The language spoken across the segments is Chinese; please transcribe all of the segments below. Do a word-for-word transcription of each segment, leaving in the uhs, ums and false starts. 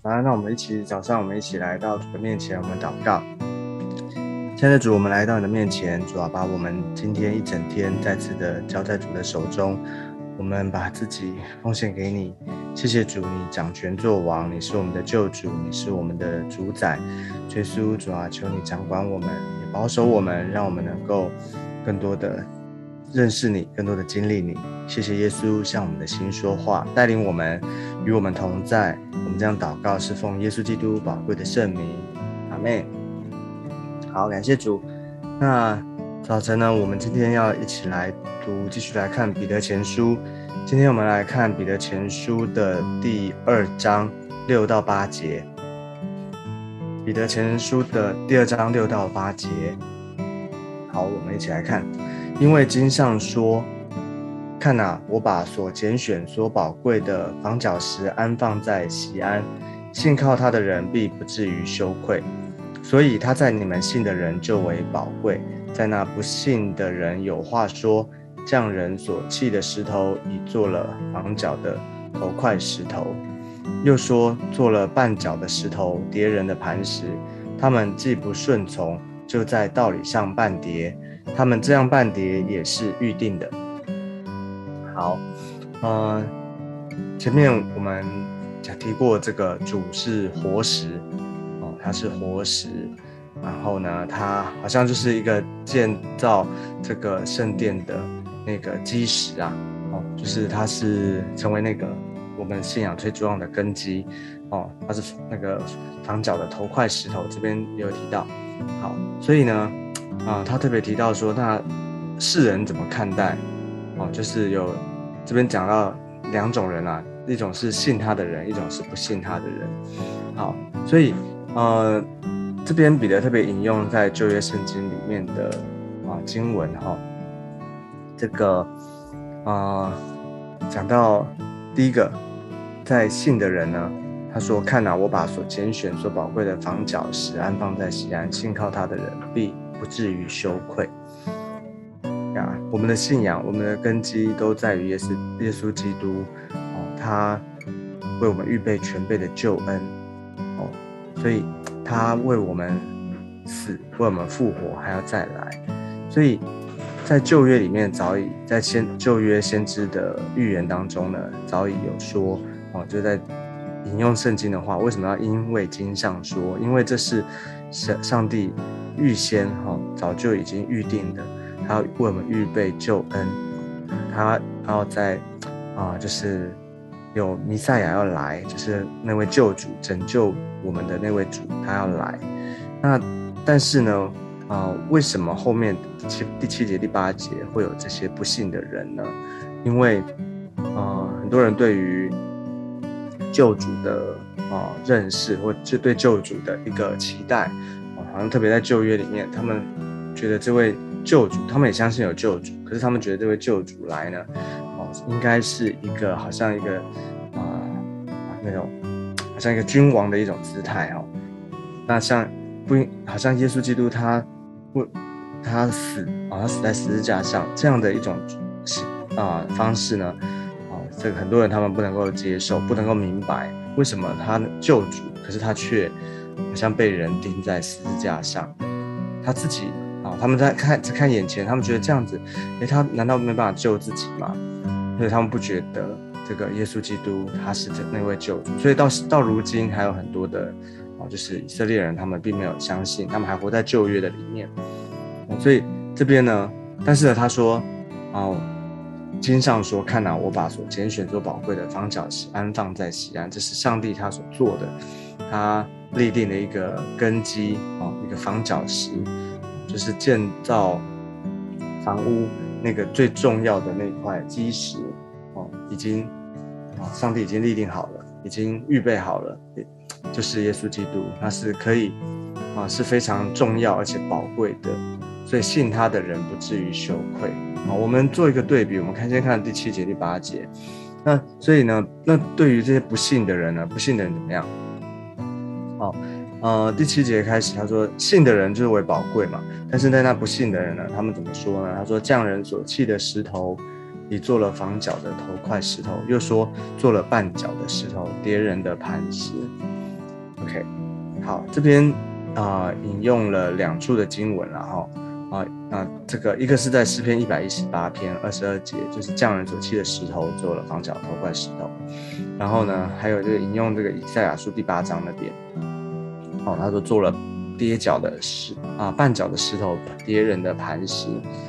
吧，让我们一起早上，我们一起来到主的面前，我们祷告。亲爱的主，我们来到你的面前，主啊，把我们今天一整天再次的交在主的手中，我们把自己奉献给你。谢谢主，你掌权作王，你是我们的救主，你是我们的主宰。耶稣，主啊，求你掌管我们，也保守我们，让我们能够更多的认识你，更多的经历你。谢谢耶稣向我们的心说话，带领我们，与我们同在。我们这样祷告是奉耶稣基督宝贵的圣名，阿们。好，感谢主。那早晨呢，我们今天要一起来读，继续来看彼得前书。今天我们来看彼得前书的第二章六到八节。彼得前书的第二章六到八节。好，我们一起来看。因为经上说，看哪，我把所拣选、所宝贵的房角石安放在锡安，信靠他的人必不至于羞愧。所以他在你们信的人就为宝贵，在那不信的人有话说，匠人所弃的石头已做了房角的头块石头，又说做了绊脚的石头，跌人的磐石。他们既不顺从，就在道理上绊跌，他们这样绊跌也是预定的。好，呃，前面我们讲提过，这个主是活石。它是活石，然后呢，它好像就是一个建造这个圣殿的那个基石啊，哦，就是它是成为那个我们信仰最重要的根基哦，它是那个房角的头块石头，这边也有提到。好，所以呢，啊，他特别提到说，那世人怎么看待？哦，就是有这边讲到两种人啊，一种是信他的人，一种是不信他的人。好，所以。呃，这边彼得特别引用在旧约圣经里面的啊经文哈、哦，这个啊讲到第一个，在信的人呢，他说：“看哪，我把所拣选、所宝贵的房角石安放在锡安，信靠他的人必不至于羞愧。”呀，我们的信仰、我们的根基都在于耶稣耶稣基督哦，他为我们预备全备的救恩哦。所以他为我们死，为我们复活，还要再来。所以在旧约里面，早已在先旧约先知的预言当中呢，早已有说哦，就在引用圣经的话，为什么要因为经上说？因为这是上帝预先哈、哦、早就已经预定的，他要为我们预备救恩，他要在啊、呃、就是。有弥赛亚要来，就是那位救主，拯救我们的那位主，他要来。那但是呢，啊、呃，为什么后面第七第七节、第八节会有这些不信的人呢？因为啊、呃，很多人对于救主的啊、呃、认识，或者对救主的一个期待，啊、好像特别在旧约里面，他们觉得这位救主，他们也相信有救主，可是他们觉得这位救主来呢？应该是一个好像一个啊、呃、那种好像一个君王的一种姿态哦。那像不好像耶稣基督他不他死啊、哦，他死在十字架上这样的一种啊、呃、方式呢，哦，这个很多人他们不能够接受，不能够明白为什么他救主，可是他却好像被人钉在十字架上，他自己啊、哦，他们在看在看眼前，他们觉得这样子，诶，他难道没办法救自己吗？所以他们不觉得这个耶稣基督他是那位救主，所以到到如今还有很多的哦，就是以色列人他们并没有相信，他们还活在旧约的里面。所以这边呢，但是呢，他说哦，经上说，看哪，我把所拣选、所宝贵的房角石安放在锡安，这是上帝他所做的，他立定了一个根基哦，一个房角石，就是建造房屋。那个最重要的那块基石哦，已经哦，上帝已经立定好了，已经预备好了，就是耶稣基督，他是可以啊，是非常重要而且宝贵的，所以信他的人不至于羞愧啊。我们做一个对比，我们看先看第七节、第八节。那所以呢，那对于这些不信的人呢，不信的人怎么样？好。呃，第七节开始，他说信的人就是为宝贵嘛，但是在那不信的人呢，他们怎么说呢？他说匠人所弃的石头，已做了房角的头块石头，又说做了绊脚的石头，跌人的磐石。 OK， 好，这边啊、呃、引用了两处的经文了哈。啊，那这个一个是在诗篇一百一十八篇二十二节，就是匠人所砌的石头做了房角头块石头。然后呢，还有就是引用这个以赛亚书第八章那边，哦，他说做了跌脚的石啊，绊脚的石头，跌人的磐石。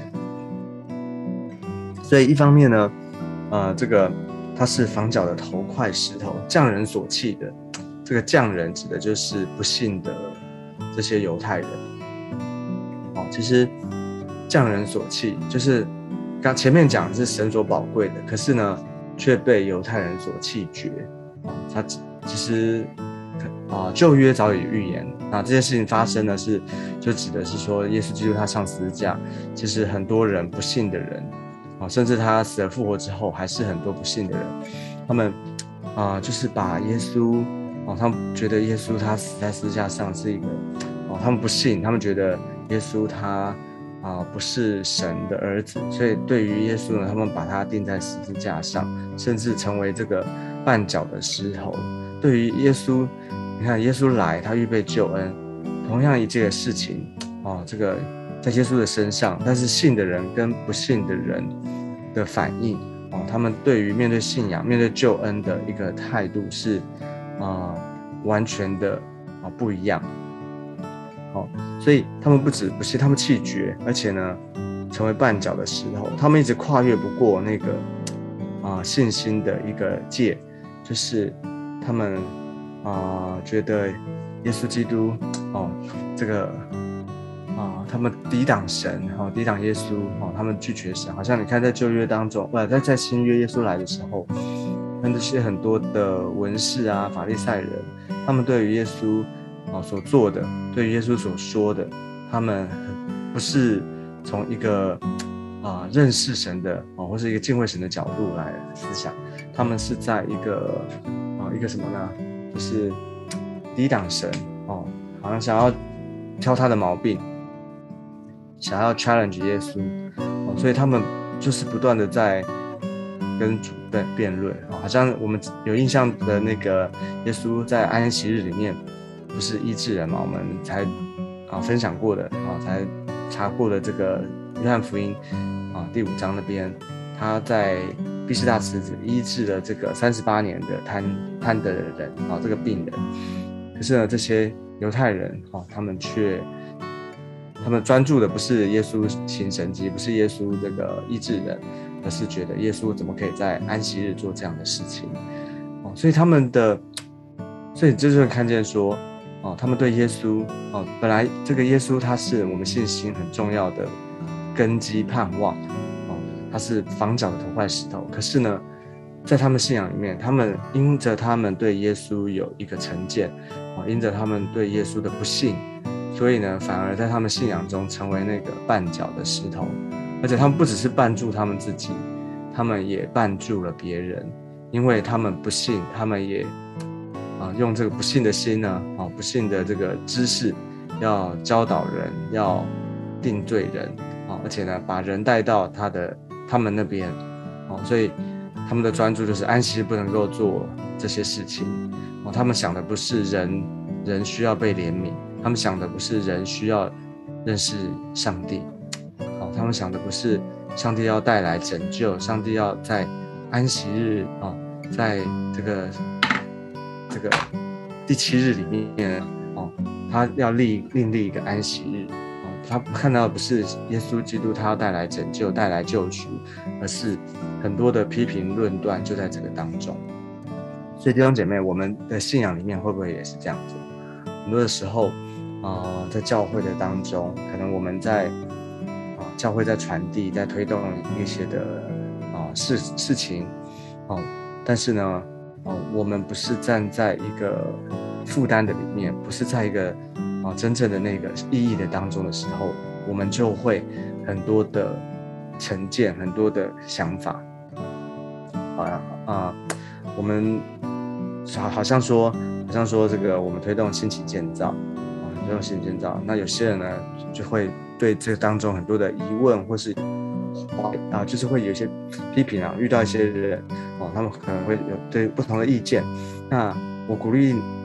所以一方面呢，呃，这个它是房角的头块石头，匠人所砌的。这个匠人指的就是不信的这些犹太人。哦，其实匠人所弃，就是刚前面讲的是神所宝贵的，可是呢，却被犹太人所弃绝。哦，他其实啊、呃，旧约早已预言，那这件事情发生呢，是就指的是说，耶稣基督他上十字架，其实很多人不信的人，啊、哦，甚至他死而复活之后，还是很多不信的人，他们啊、呃，就是把耶稣，哦，他们觉得耶稣他死在十字架上是一个，哦，他们不信，他们觉得耶稣他啊、呃、不是神的儿子，所以对于耶稣呢，他们把他钉在十字架上，甚至成为这个绊脚的石头。对于耶稣，你看耶稣来，他预备救恩，同样一件事情哦，这个在耶稣的身上，但是信的人跟不信的人的反应哦，他们对于面对信仰、面对救恩的一个态度是啊、呃、完全的啊、呃、不一样。哦，所以他们不止不信，他们弃绝，而且呢，成为绊脚的石头。他们一直跨越不过那个啊、呃、信心的一个界，就是他们啊、呃、觉得耶稣基督哦，这个啊、呃、他们抵挡神，哦抵挡耶稣，哦他们拒绝神。好像你看在旧约当中，不在在新约耶稣来的时候，那这些很多的文士啊、法利赛人，他们对于耶稣啊所做的，对于耶稣所说的，他们不是从一个啊认识神的啊或是一个敬畏神的角度来思想，他们是在一个啊一个什么呢？就是抵挡神哦，好像想要挑他的毛病，想要 challenge 耶稣哦，所以他们就是不断的在跟主辩辩论哦，好像我们有印象的那个耶稣在安息日里面。不是医治人嘛？我们才啊分享过的啊，才查过的这个约翰福音啊第五章那边，他在毕士大池子医治了这个三十八年的瘫瘫的人啊，这个病人。可是呢，这些犹太人啊，他们却他们专注的不是耶稣行神迹，不是耶稣这个医治人，而是觉得耶稣怎么可以在安息日做这样的事情？哦，所以他们的，所以这就会看见说。哦，他们对耶稣哦，本来这个耶稣他是我们信心很重要的根基盼望哦，他是房角的头块石头。可是呢，在他们信仰里面，他们因着他们对耶稣有一个成见哦，因着他们对耶稣的不信，所以呢，反而在他们信仰中成为那个绊脚的石头。而且他们不只是绊住他们自己，他们也绊住了别人，因为他们不信，他们也。啊，用这个不信的心呢，啊，不信的这个知识，要教导人，要定罪人，啊，而且呢，把人带到他的他们那边，哦，所以他们的专注就是安息日不能够做这些事情，哦，他们想的不是人人需要被怜悯，他们想的不是人需要认识上帝，哦，他们想的不是上帝要带来拯救，上帝要在安息日啊，在这个。这个第七日里面哦，他要立另立一个安息日哦，他看到的不是耶稣基督他要带来拯救、带来救赎，而是很多的批评论断就在这个当中。所以弟兄姐妹，我们的信仰里面会不会也是这样子？很多的时候啊、呃，在教会的当中，可能我们在啊、呃、教会在传递、在推动一些的啊、呃、事事情哦，但是呢。哦，我们不是站在一个负担的里面，不是在一个啊、哦、真正的那个意义的当中的时候，我们就会很多的成见，很多的想法，啊啊、呃，我们好好像说，好像说这个我们推动新起建造啊，推动新起建造，那有些人呢就会对这当中很多的疑问或是。啊，就是会有一些批评啊，遇到一些人哦，他们可能会有对不同的意见。那我鼓励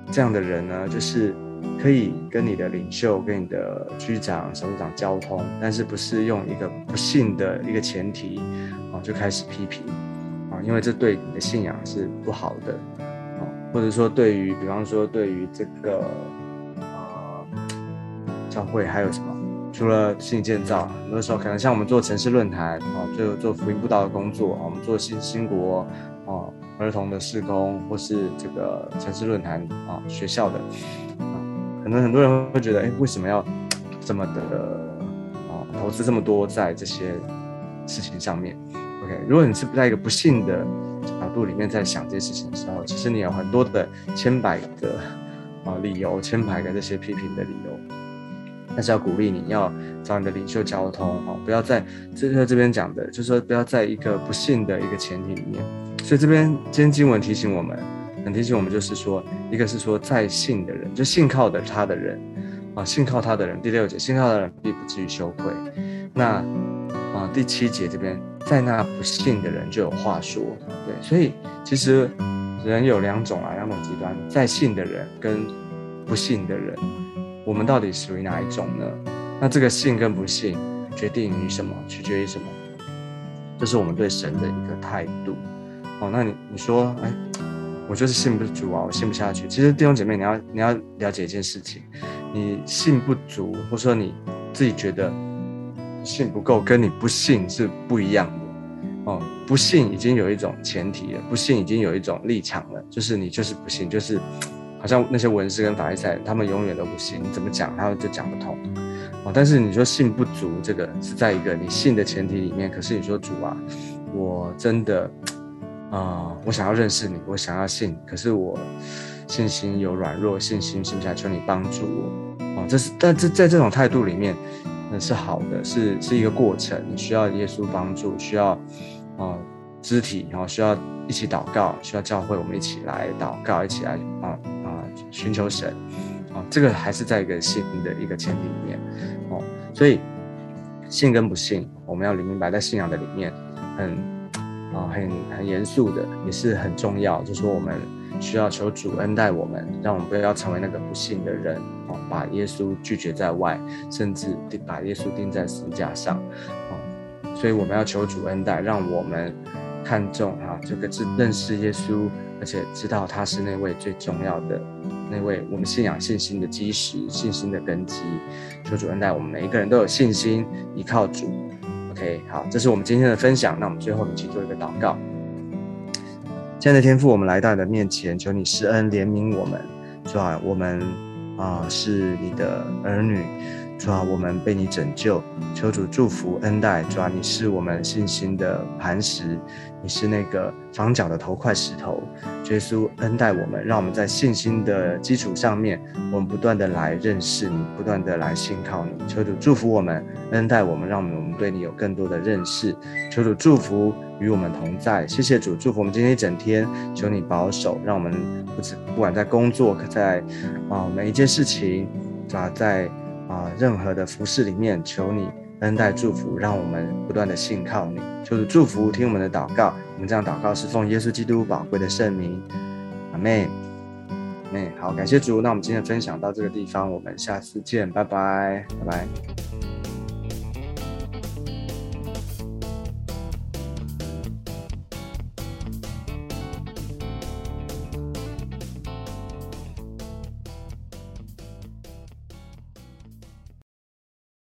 这样的人呢，就是可以跟你的领袖、跟你的区长、小组长交通，但是不是用一个不信的一个前提啊就开始批评啊，因为这对你的信仰是不好的啊，或者说对于，比方说对于这个呃教会还有什么？除了信建造，很多时候可能像我们做城市论坛哦，就做福音布道的工作，我们做新新国哦儿童的事工，或是这个城市论坛啊学校的啊，可能很多人会觉得，哎，为什么要这么的啊投资这么多在这些事情上面 ？OK， 如果你是在一个不信的角度里面在想这些事情的时候，其实你有很多的千百个啊理由，千百个这些批评的理由。但是要鼓励你要找你的领袖交通哦，不要在这这边讲的，就是说不要在一个不信的一个前提里面。所以这边今天经文提醒我们，很提醒我们，就是说，一个是说在信的人，就信靠的他的人啊，信靠他的人。第六节，信靠的人必不至于羞愧。那啊，第七节这边，在那不信的人就有话说。对，所以其实人有两种啊，两种极端，在信的人跟不信的人。我们到底属于哪一种呢？那这个信跟不信决定于什么？取决于什么？这是我们对神的一个态度。哦，那你你说，哎，我就是信不足啊，我信不下去。其实弟兄姐妹，你要你要了解一件事情，你信不足，或者说你自己觉得信不够，跟你不信是不一样的。哦，不信已经有一种前提了，不信已经有一种立场了，就是你就是不信，就是。好像那些文士跟法利赛人，他们永远都不信，你怎么讲他们就讲不通哦。但是你说信不足，这个是在一个你信的前提里面。可是你说主啊，我真的啊、呃，我想要认识你，我想要信，可是我信心有软弱，信心信不下，求你帮助我哦。这是，但这在这种态度里面，那是好的，是是一个过程，你需要耶稣帮助，需要啊、呃、肢体，然后需要一起祷告，需要教会我们一起来祷告，一起来啊。寻求神，哦，这个还是在一个信的一个前提里面，哦，所以信跟不信，我们要明白，在信仰的里面很啊很很严肃的，也是很重要，就是说我们需要求主恩待我们，让我们不要成为那个不信的人，哦，把耶稣拒绝在外，甚至把耶稣钉在十字架上，哦，所以我们要求主恩待，让我们看重啊这个认识耶稣。而且知道他是那位最重要的那位我们信仰信心的基石，信心的根基。求主恩待我们每一个人都有信心，依靠主。OK， 好，这是我们今天的分享。那我们最后一起做一个祷告。亲爱的天父，我们来到你的面前，求你施恩怜悯我们。主啊，我们啊、呃、是你的儿女。主啊，我们被你拯救，求主祝福恩待。主啊，你是我们信心的磐石，你是那个房角的头块石头。主耶稣恩待我们，让我们在信心的基础上面，我们不断的来认识你，不断的来信靠你。求主祝福我们，恩待我们，让我们我们对你有更多的认识。求主祝福与我们同在。谢谢主，祝福我们今天一整天，求你保守，让我们不止不管在工作，在啊、呃、每一件事情，啊在。啊，任何的服事里面，求你恩待祝福，让我们不断的信靠你。求主祝福，听我们的祷告。我们这样祷告是奉耶稣基督宝贵的圣名，阿们。阿们。好，感谢主。那我们今天的分享到这个地方，我们下次见，拜拜，拜拜。